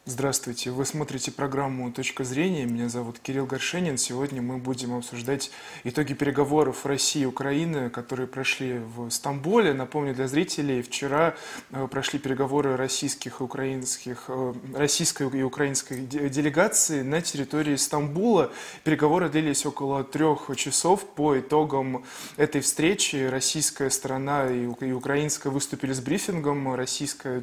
Здравствуйте, вы смотрите программу «Точка зрения». Меня зовут Кирилл Горшенин. Сегодня мы будем обсуждать итоги переговоров России и Украины, которые прошли в Стамбуле. Напомню для зрителей, вчера прошли переговоры российской и украинской делегации на территории Стамбула. Переговоры длились около 3 часов. По итогам этой встречи российская сторона и украинская выступили с брифингом. Российская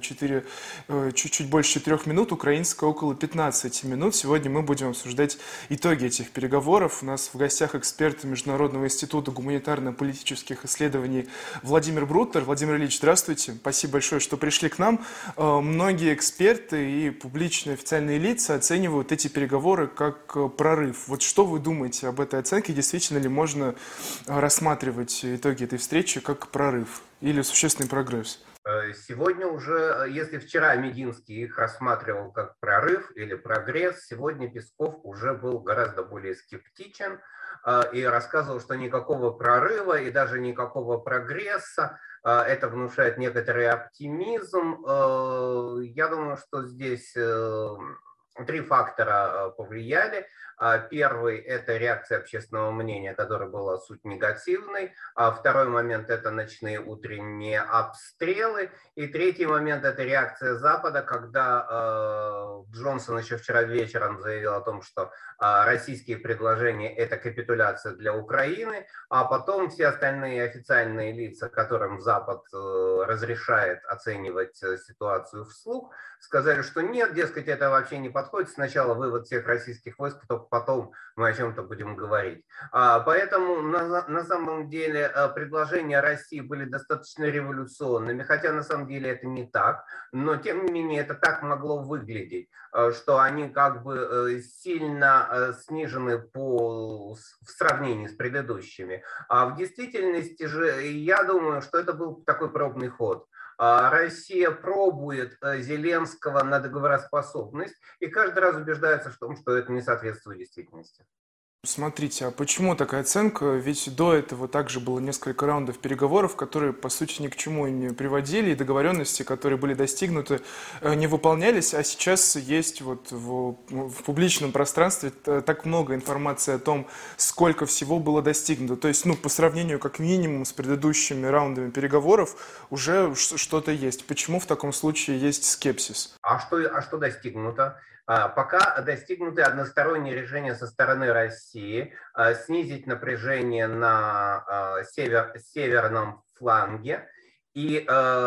чуть больше 4 минут, украинская около 15 минут. Сегодня мы будем обсуждать итоги этих переговоров. У нас в гостях эксперт Международного института гуманитарно-политических исследований Владимир Брутер. Владимир Ильич, здравствуйте. Спасибо большое, что пришли к нам. Многие эксперты и публичные официальные лица оценивают эти переговоры как прорыв. Вот что вы думаете об этой оценке? Действительно ли можно рассматривать итоги этой встречи как прорыв или существенный прогресс? Сегодня уже, если вчера Мединский их рассматривал как прорыв или прогресс, сегодня Песков уже был гораздо более скептичен и рассказывал, что никакого прорыва и даже никакого прогресса. Это внушает некоторый оптимизм. Я думаю, что здесь три фактора повлияли. Первый – это реакция общественного мнения, которая была суть негативной. Второй момент – это ночные утренние обстрелы. И третий момент – это реакция Запада, когда Джонсон еще вчера вечером заявил о том, что российские предложения – это капитуляция для Украины, а потом все остальные официальные лица, которым Запад разрешает оценивать ситуацию вслух, сказали, что нет, дескать, это вообще не подходит. Сначала вывод всех российских войск, только потом мы о чем-то будем говорить. Поэтому на самом деле предложения России были достаточно революционными, хотя на самом деле это не так, но тем не менее это так могло выглядеть, что они как бы сильно снижены в сравнении с предыдущими. А в действительности же я думаю, что это был такой пробный ход. Россия пробует Зеленского на договороспособность и каждый раз убеждается в том, что это не соответствует действительности. Смотрите, а почему такая оценка? Ведь до этого также было несколько раундов переговоров, которые, по сути, ни к чему не приводили, и договоренности, которые были достигнуты, не выполнялись, а сейчас есть вот в публичном пространстве так много информации о том, сколько всего было достигнуто. То есть, ну, по сравнению как минимум с предыдущими раундами переговоров, уже что-то есть. Почему в таком случае есть скепсис? А что достигнуто? Пока достигнуты односторонние решения со стороны России снизить напряжение на северном фланге. И,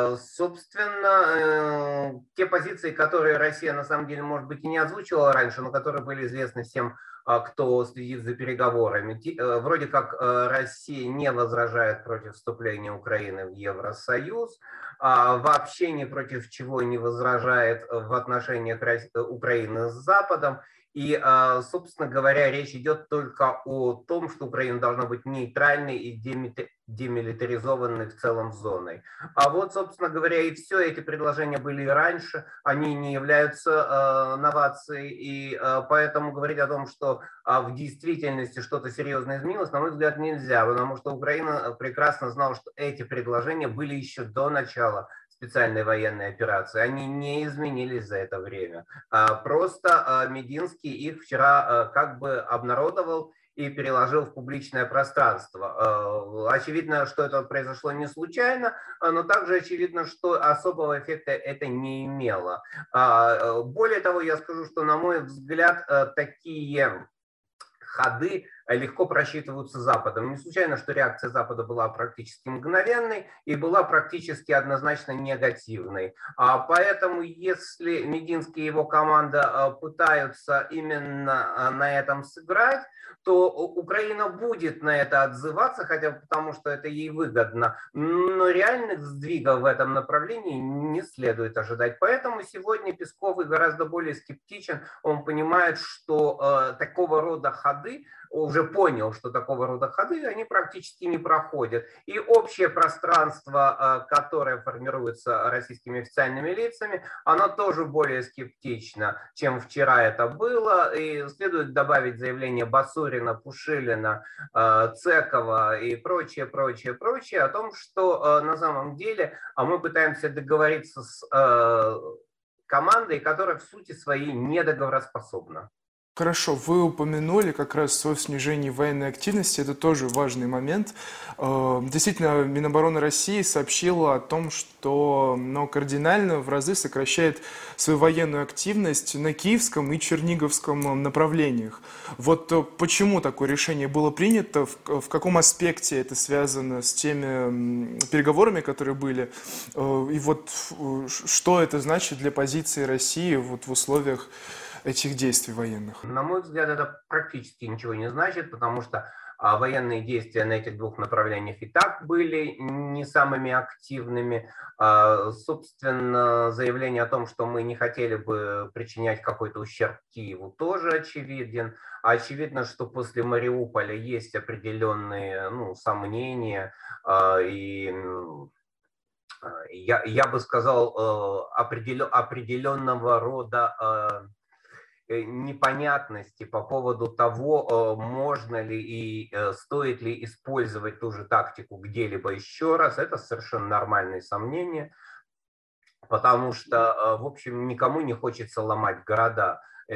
собственно, те позиции, которые Россия на самом деле, может быть, и не озвучивала раньше, но которые были известны всем, кто следит за переговорами. Вроде как Россия не возражает против вступления Украины в Евросоюз, вообще ни против чего не возражает в отношениях Украины с Западом. И, собственно говоря, речь идет только о том, что Украина должна быть нейтральной и демилитаризованной в целом зоной. А вот, собственно говоря, и все эти предложения были и раньше, они не являются новацией, и поэтому говорить о том, что в действительности что-то серьезно изменилось, на мой взгляд, нельзя, потому что Украина прекрасно знала, что эти предложения были еще до начала специальной военной операции, они не изменились за это время. Просто Мединский их вчера как бы обнародовал и переложил в публичное пространство. Очевидно, что это произошло не случайно, но также очевидно, что особого эффекта это не имело. Более того, я скажу, что, на мой взгляд, такие ходы легко просчитываются Западом. Не случайно, что реакция Запада была практически мгновенной и была практически однозначно негативной. Поэтому, если Мединский и его команда пытаются именно на этом сыграть, то Украина будет на это отзываться, хотя бы потому, что это ей выгодно. Но реальных сдвигов в этом направлении не следует ожидать. Поэтому сегодня Песков и гораздо более скептичен. Он понимает, что такого рода ходы, уже понял, что такого рода ходы, они практически не проходят. И общее пространство, которое формируется российскими официальными лицами, оно тоже более скептично, чем вчера это было. И следует добавить заявление Басурина, Пушилина, Цекова и прочее, прочее, прочее, о том, что на самом деле мы пытаемся договориться с команда и которая в сути своей недоговороспособна. Хорошо, вы упомянули как раз о снижении военной активности, это тоже важный момент. Действительно, Минобороны России сообщила о том, что кардинально в разы сокращает свою военную активность на Киевском и Черниговском направлениях. Вот почему такое решение было принято, в каком аспекте это связано с теми переговорами, которые были, и вот что это значит для позиции России вот в условиях этих действий военных? На мой взгляд, это практически ничего не значит, потому что военные действия на этих двух направлениях и так были не самыми активными. Собственно, заявление о том, что мы не хотели бы причинять какой-то ущерб Киеву, тоже очевиден. Очевидно, что после Мариуполя есть определенные сомнения и я бы сказал, определенного рода непонятности по поводу того, можно ли и стоит ли использовать ту же тактику где-либо еще раз. Это совершенно нормальные сомнения, потому что, в общем, никому не хочется ломать города.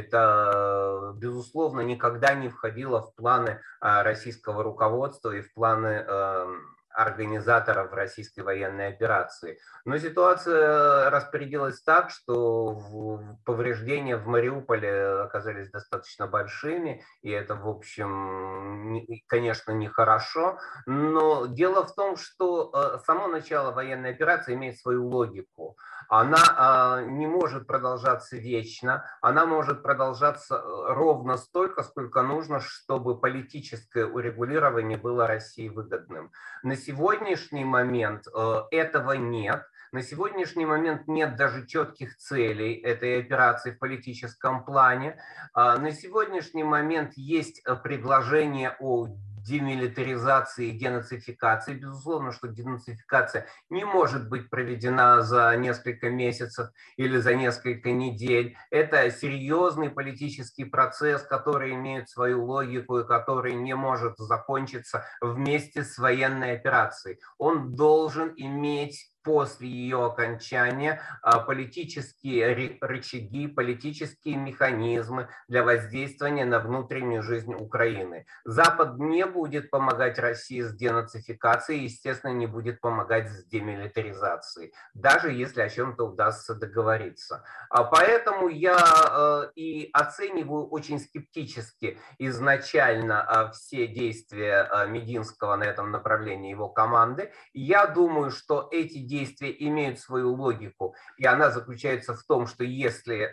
Это, безусловно, никогда не входило в планы российского руководства и в планы организаторов российской военной операции. Но ситуация распорядилась так, что повреждения в Мариуполе оказались достаточно большими, и это, в общем, конечно, нехорошо. Но дело в том, что само начало военной операции имеет свою логику. Она не может продолжаться вечно, она может продолжаться ровно столько, сколько нужно, чтобы политическое урегулирование было России выгодным. На сегодняшний момент этого нет. На сегодняшний момент нет даже четких целей этой операции в политическом плане. На сегодняшний момент есть предложение о демилитаризации и денацификации. Безусловно, что денацификация не может быть проведена за несколько месяцев или за несколько недель. Это серьезный политический процесс, который имеет свою логику и который не может закончиться вместе с военной операцией. Он должен иметь после ее окончания политические рычаги, политические механизмы для воздействия на внутреннюю жизнь Украины. Запад не будет помогать России с денацификацией, естественно, не будет помогать с демилитаризацией, даже если о чем-то удастся договориться. Поэтому я и оцениваю очень скептически изначально все действия Мединского на этом направлении, его команды. Я думаю, что эти действия имеют свою логику, и она заключается в том, что если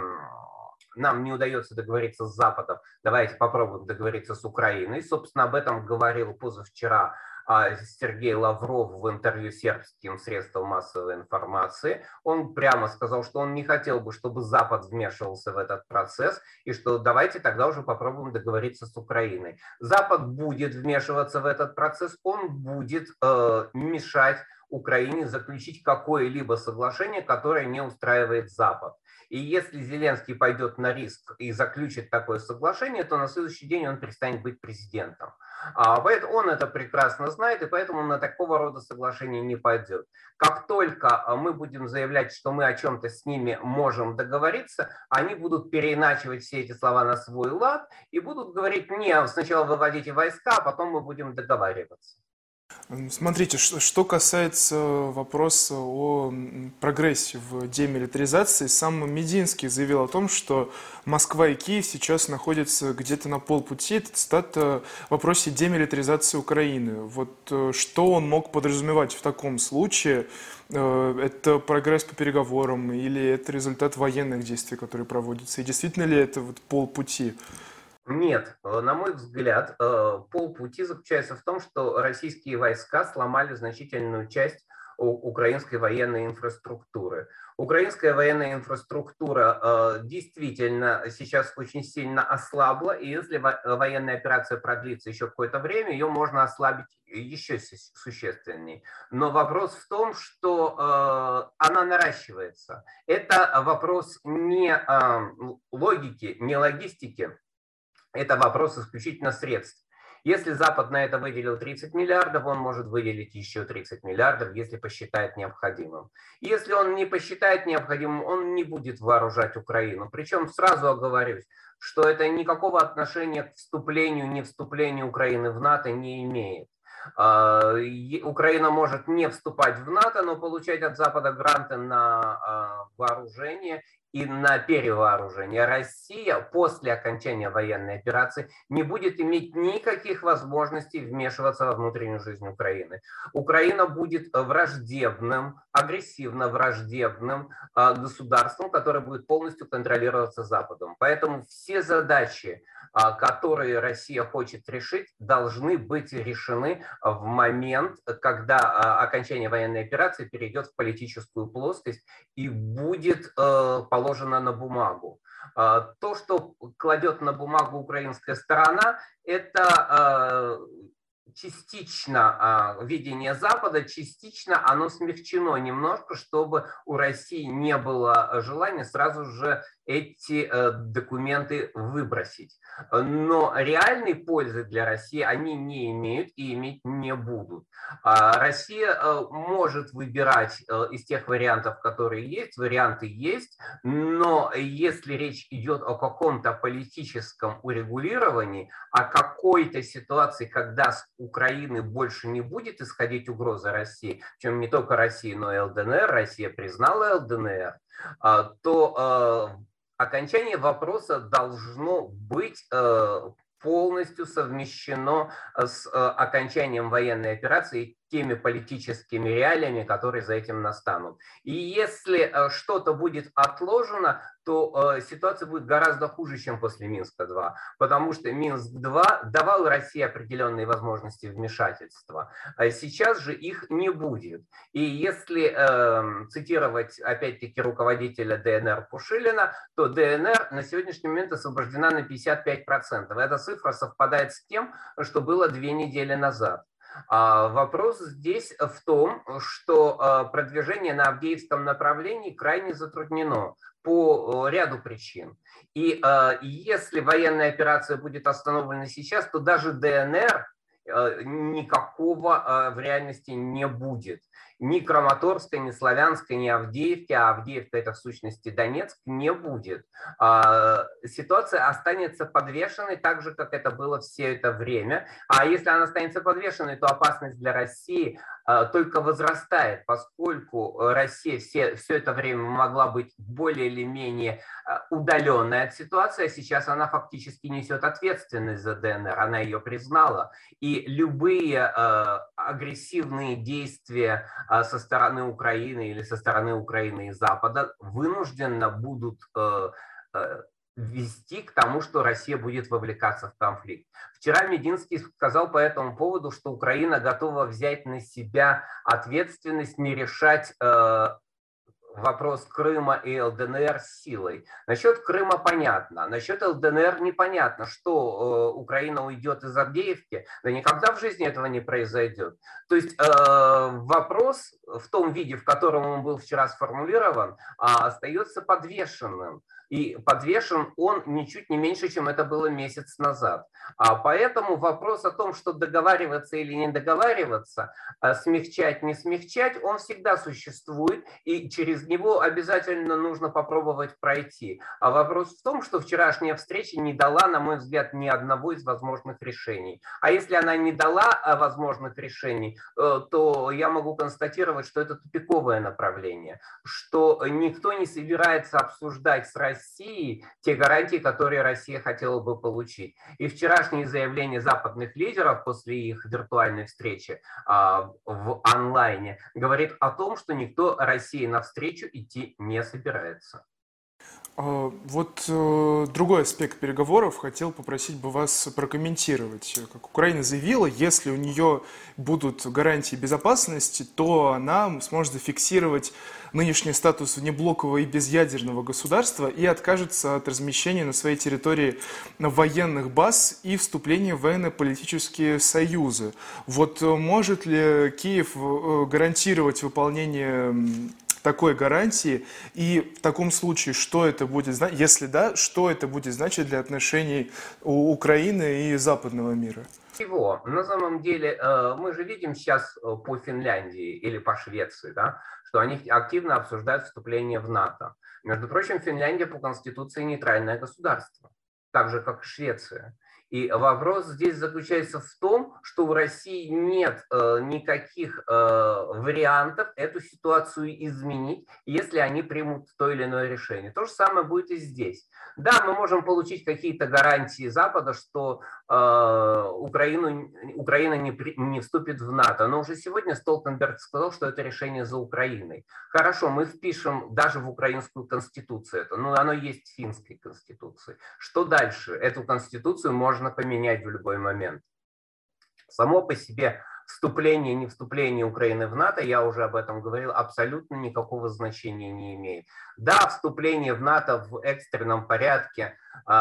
нам не удается договориться с Западом, давайте попробуем договориться с Украиной. Собственно, об этом говорил позавчера Сергей Лавров в интервью сербским средствам массовой информации. Он прямо сказал, что он не хотел бы, чтобы Запад вмешивался в этот процесс, и что давайте тогда уже попробуем договориться с Украиной. Запад будет вмешиваться в этот процесс, он будет мешать Украине заключить какое-либо соглашение, которое не устраивает Запад. И если Зеленский пойдет на риск и заключит такое соглашение, то на следующий день он перестанет быть президентом. Поэтому он это прекрасно знает, и поэтому на такого рода соглашение не пойдет. Как только мы будем заявлять, что мы о чем-то с ними можем договориться, они будут переиначивать все эти слова на свой лад и будут говорить: не, сначала выводите войска, а потом мы будем договариваться. Смотрите, что касается вопроса о прогрессе в демилитаризации, сам Мединский заявил о том, что Москва и Киев сейчас находятся где-то на полпути, это цитата, в вопросе демилитаризации Украины. Вот что он мог подразумевать в таком случае? Это прогресс по переговорам или это результат военных действий, которые проводятся? И действительно ли это вот полпути? Нет, на мой взгляд, полпути заключается в том, что российские войска сломали значительную часть украинской военной инфраструктуры. Украинская военная инфраструктура действительно сейчас очень сильно ослабла, и если военная операция продлится еще какое-то время, ее можно ослабить еще существеннее. Но вопрос в том, что она наращивается. Это вопрос не логики, не логистики. Это вопрос исключительно средств. Если Запад на это выделил 30 миллиардов, он может выделить еще 30 миллиардов, если посчитает необходимым. Если он не посчитает необходимым, он не будет вооружать Украину. Причем сразу оговорюсь, что это никакого отношения к вступлению, не вступлению Украины в НАТО не имеет. Украина может не вступать в НАТО, но получать от Запада гранты на вооружение и на перевооружение. Россия после окончания военной операции не будет иметь никаких возможностей вмешиваться во внутреннюю жизнь Украины. Украина будет враждебным, агрессивно враждебным государством, которое будет полностью контролироваться Западом. Поэтому все задачи, которые Россия хочет решить, должны быть решены в момент, когда окончание военной операции перейдет в политическую плоскость и будет положено на бумагу. То, что кладет на бумагу украинская сторона, это частично видение Запада, частично оно смягчено немножко, чтобы у России не было желания сразу же эти документы выбросить. Но реальной пользы для России они не имеют и иметь не будут. Россия может выбирать из тех вариантов, которые есть, варианты есть, но если речь идет о каком-то политическом урегулировании, о какой-то ситуации, когда с Украины больше не будет исходить угроза России, причем не только России, но и ЛДНР, Россия признала ЛДНР, то окончание вопроса должно быть полностью совмещено с окончанием военной операции, теми политическими реалиями, которые за этим настанут. И если что-то будет отложено, то ситуация будет гораздо хуже, чем после Минска-2, потому что Минск-2 давал России определенные возможности вмешательства, а сейчас же их не будет. И если цитировать опять-таки руководителя ДНР Пушилина, то ДНР на сегодняшний момент освобождена на 55%. Эта цифра совпадает с тем, что было 2 недели назад. Вопрос здесь в том, что продвижение на Авдеевском направлении крайне затруднено по ряду причин. И если военная операция будет остановлена сейчас, то даже ДНР никакого в реальности не будет. Ни Краматорска, ни Славянска, ни Авдеевки, а Авдеевка это в сущности Донецк, не будет. Ситуация останется подвешенной так же, как это было все это время. А если она останется подвешенной, то опасность для России только возрастает, поскольку Россия все это время могла быть более или менее удаленной от ситуации, а сейчас она фактически несет ответственность за ДНР, она ее признала. И любые агрессивные действия со стороны Украины или со стороны Украины и Запада вынужденно будут вести к тому, что Россия будет вовлекаться в конфликт. Вчера Мединский сказал по этому поводу, что Украина готова взять на себя ответственность не решать вопрос Крыма и ЛДНР силой. Насчет Крыма понятно, насчет ЛДНР непонятно, что Украина уйдет из Авдеевки, да никогда в жизни этого не произойдет. То есть вопрос в том виде, в котором он был вчера сформулирован, остается подвешенным. И подвешен он ничуть не меньше, чем это было месяц назад. Поэтому вопрос о том, что договариваться или не договариваться, смягчать, не смягчать, он всегда существует, и через него обязательно нужно попробовать пройти. А вопрос в том, что вчерашняя встреча не дала, на мой взгляд, ни одного из возможных решений. А если она не дала возможных решений, то я могу констатировать, что это тупиковое направление, что никто не собирается обсуждать с Россией те гарантии, которые Россия хотела бы получить. И вчерашние заявления западных лидеров после их виртуальной встречи в онлайне говорит о том, что никто России навстречу идти не собирается. Вот другой аспект переговоров хотел попросить бы вас прокомментировать. Как Украина заявила, если у нее будут гарантии безопасности, то она сможет зафиксировать нынешний статус внеблокового и безъядерного государства и откажется от размещения на своей территории военных баз и вступления в военно-политические союзы. Вот может ли Киев гарантировать выполнение такой гарантии, и в таком случае, что это будет значить, если да, что это будет значить для отношений Украины и западного мира? Всего. На самом деле, мы же видим сейчас по Финляндии или по Швеции, да, что они активно обсуждают вступление в НАТО. Между прочим, Финляндия по Конституции нейтральное государство, так же, как и Швеция. И вопрос здесь заключается в том, что у России нет никаких вариантов эту ситуацию изменить, если они примут то или иное решение. То же самое будет и здесь. Да, мы можем получить какие-то гарантии Запада, что Украина не вступит в НАТО. Но уже сегодня Столтенберг сказал, что это решение за Украиной. Хорошо, мы впишем даже в украинскую конституцию это, но оно есть в финской конституции. Что дальше? Эту конституцию можно поменять в любой момент. Само по себе вступление, не вступление Украины в НАТО, я уже об этом говорил, абсолютно никакого значения не имеет. Да, вступление в НАТО в экстренном порядке,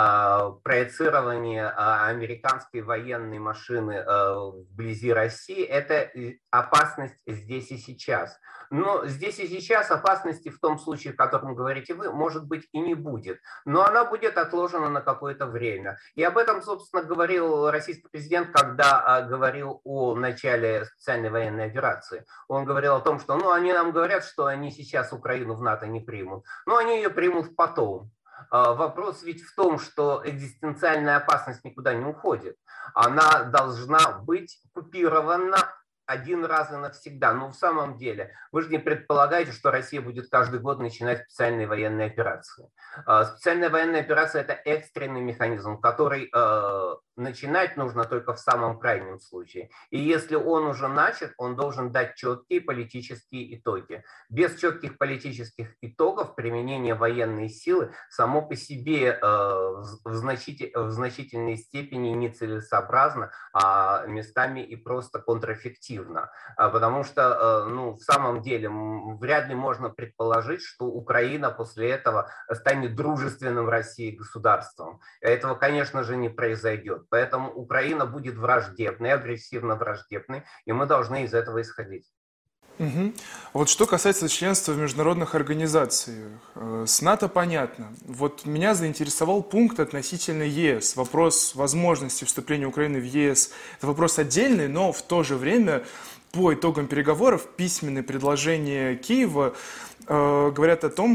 проецирование американской военной машины вблизи России – это опасность здесь и сейчас. Но здесь и сейчас опасности в том случае, о котором говорите вы, может быть и не будет. Но она будет отложена на какое-то время. И об этом, собственно, говорил российский президент, когда говорил о начале специальной военной операции. Он говорил о том, что они нам говорят, что они сейчас Украину в НАТО не примут, но они ее примут потом. Вопрос ведь в том, что экзистенциальная опасность никуда не уходит. Она должна быть купирована один раз и навсегда. Но в самом деле, вы же не предполагаете, что Россия будет каждый год начинать специальные военные операции. Специальная военная операция – это экстренный механизм, который начинать нужно только в самом крайнем случае. И если он уже начат, он должен дать четкие политические итоги. Без четких политических итогов применение военной силы само по себе в значительной степени нецелесообразно, а местами и просто контрэффективно. Потому что в самом деле вряд ли можно предположить, что Украина после этого станет дружественным России государством. Этого, конечно же, не произойдет. Поэтому Украина будет враждебной, агрессивно враждебной, и мы должны из этого исходить. Угу. Вот что касается членства в международных организациях, с НАТО понятно. Вот меня заинтересовал пункт относительно ЕС. Вопрос возможности вступления Украины в ЕС – это вопрос отдельный, но в то же время по итогам переговоров письменные предложения Киева говорят о том,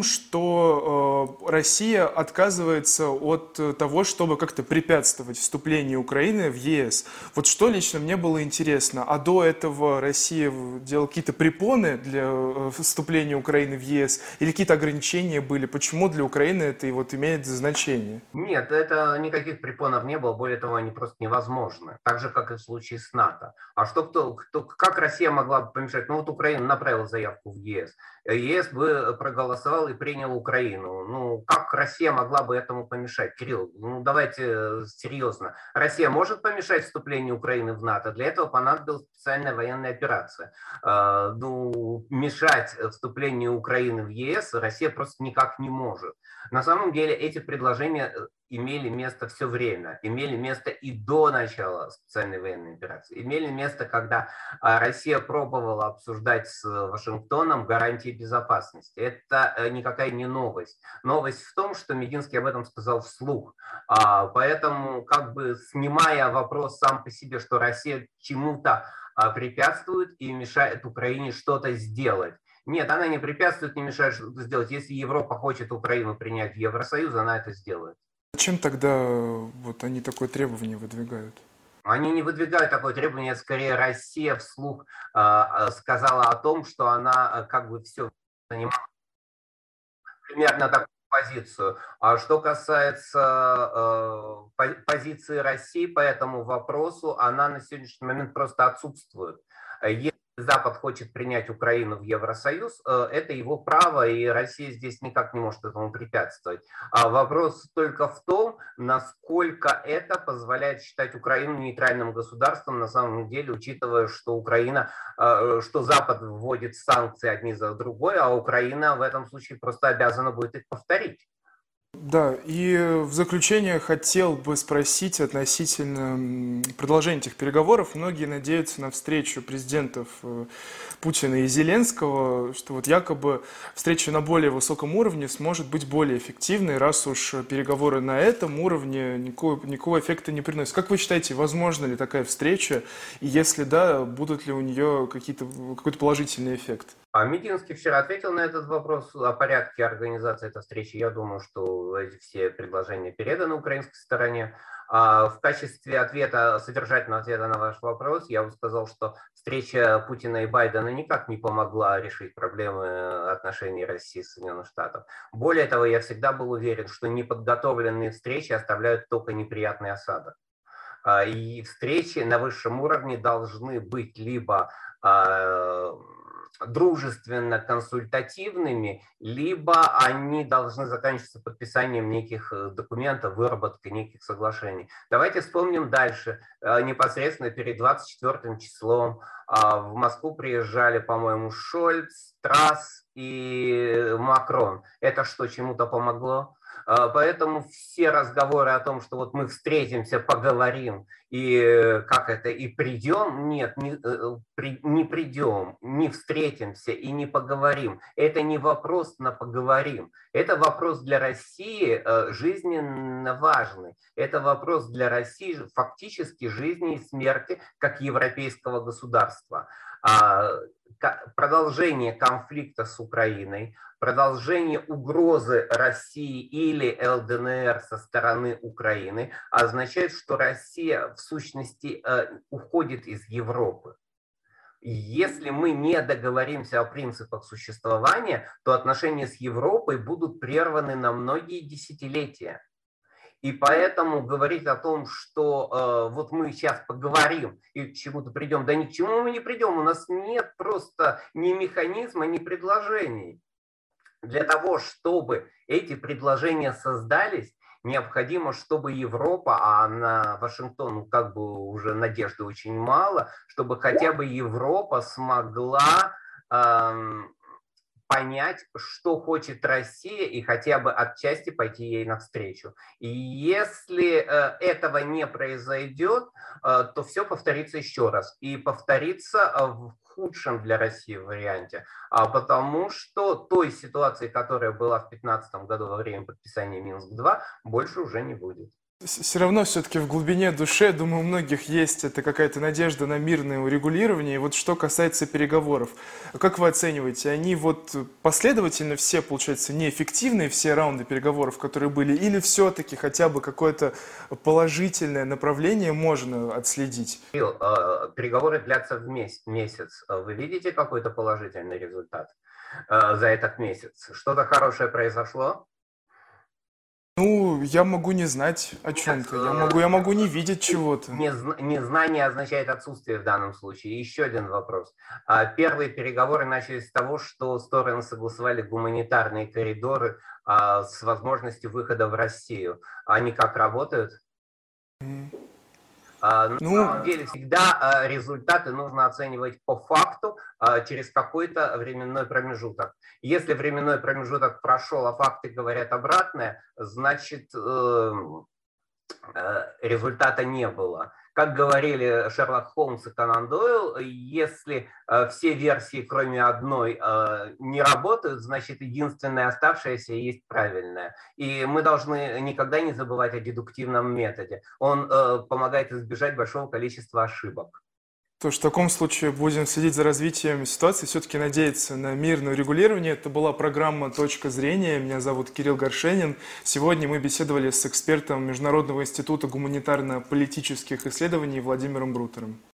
что Россия отказывается от того, чтобы как-то препятствовать вступлению Украины в ЕС. Вот что лично мне было интересно, а до этого Россия делала какие-то препоны для вступления Украины в ЕС или какие-то ограничения были? Почему для Украины это и вот имеет значение? Нет, это никаких препонов не было, более того, они просто невозможны, так же, как и в случае с НАТО. А как Россия могла бы помешать? Ну вот Украина направила заявку в ЕС. ЕС бы проголосовал и принял Украину. Ну, как Россия могла бы этому помешать? Кирилл, ну давайте серьезно. Россия может помешать вступлению Украины в НАТО? Для этого понадобилась специальная военная операция. Мешать вступлению Украины в ЕС Россия просто никак не может. На самом деле эти предложения имели место все время, имели место и до начала специальной военной операции, имели место, когда Россия пробовала обсуждать с Вашингтоном гарантии безопасности. Это никакая не новость. Новость в том, что Мединский об этом сказал вслух. Поэтому, как бы снимая вопрос сам по себе, что Россия чему-то препятствует и мешает Украине что-то сделать. Нет, она не препятствует, не мешает что-то сделать. Если Европа хочет Украину принять в Евросоюз, она это сделает. Зачем тогда вот они такое требование выдвигают? Они не выдвигают такое требование, скорее Россия вслух сказала о том, что она как бы все занимала примерно такую позицию. А что касается позиции России по этому вопросу, она на сегодняшний момент просто отсутствует. Если Запад хочет принять Украину в Евросоюз, это его право, и Россия здесь никак не может этому препятствовать. А вопрос только в том, насколько это позволяет считать Украину нейтральным государством на самом деле, учитывая, что что Запад вводит санкции одни за другой, а Украина в этом случае просто обязана будет их повторить. Да, и в заключение хотел бы спросить относительно продолжения этих переговоров. Многие надеются на встречу президентов Путина и Зеленского, что вот якобы встреча на более высоком уровне сможет быть более эффективной, раз уж переговоры на этом уровне никакого эффекта не приносят. Как вы считаете, возможна ли такая встреча? И если да, будут ли у нее какой-то положительный эффект? Мединский вчера ответил на этот вопрос о порядке организации этой встречи. Я думаю, что эти все предложения переданы украинской стороне. В качестве ответа, содержательного ответа на ваш вопрос, я бы сказал, что встреча Путина и Байдена никак не помогла решить проблемы отношений России с Соединенных Штатов. Более того, я всегда был уверен, что неподготовленные встречи оставляют только неприятный осадок. И встречи на высшем уровне должны быть либо дружественно-консультативными, либо они должны заканчиваться подписанием неких документов, выработкой неких соглашений. Давайте вспомним дальше. Непосредственно перед 24 числом в Москву приезжали, по-моему, Шольц, Трасс и Макрон. Это что, чему-то помогло? Поэтому все разговоры о том, что вот мы встретимся, поговорим и как это, и придем, нет, не придем, не встретимся и не поговорим. Это не вопрос на поговорим. Это вопрос для России жизненно важный. Это вопрос для России фактически жизни и смерти как европейского государства. Продолжение конфликта с Украиной, продолжение угрозы России или ЛДНР со стороны Украины означает, что Россия в сущности уходит из Европы. Если мы не договоримся о принципах существования, то отношения с Европой будут прерваны на многие десятилетия. И поэтому говорить о том, что вот мы сейчас поговорим и к чему-то придем, да ни к чему мы не придем, у нас нет просто ни механизма, ни предложений. Для того, чтобы эти предложения создались, необходимо, чтобы Европа, а на Вашингтон как бы уже надежды очень мало, чтобы хотя бы Европа смогла понять, что хочет Россия, и хотя бы отчасти пойти ей навстречу. И если этого не произойдет, то все повторится еще раз. И повторится в худшем для России варианте, потому что той ситуации, которая была в 2015 году во время подписания Минск-2, больше уже не будет. Все равно все-таки в глубине души, думаю, у многих есть это какая-то надежда на мирное урегулирование. И вот что касается переговоров, как вы оцениваете, они вот последовательно все, получается, неэффективные, все раунды переговоров, которые были, или все-таки хотя бы какое-то положительное направление можно отследить? Переговоры длятся в месяц. Вы видите какой-то положительный результат за этот месяц? Что-то хорошее произошло? Ну, я могу не знать о чем-то, я могу не видеть чего-то. Незнание означает отсутствие в данном случае. Еще один вопрос. Первые переговоры начались с того, что стороны согласовали гуманитарные коридоры с возможностью выхода в Россию. Они как работают? На самом деле всегда результаты нужно оценивать по факту через какой-то временной промежуток. Если временной промежуток прошел, а факты говорят обратное, значит результата не было. Как говорили Шерлок Холмс и Конан Дойл, если все версии, кроме одной, не работают, значит, единственная оставшаяся есть правильная. И мы должны никогда не забывать о дедуктивном методе. Он помогает избежать большого количества ошибок. То, что в таком случае будем следить за развитием ситуации, все-таки надеяться на мирное урегулирование. Это была программа «Точка зрения». Меня зовут Кирилл Горшенин. Сегодня мы беседовали с экспертом Международного института гуманитарно-политических исследований Владимиром Брутером.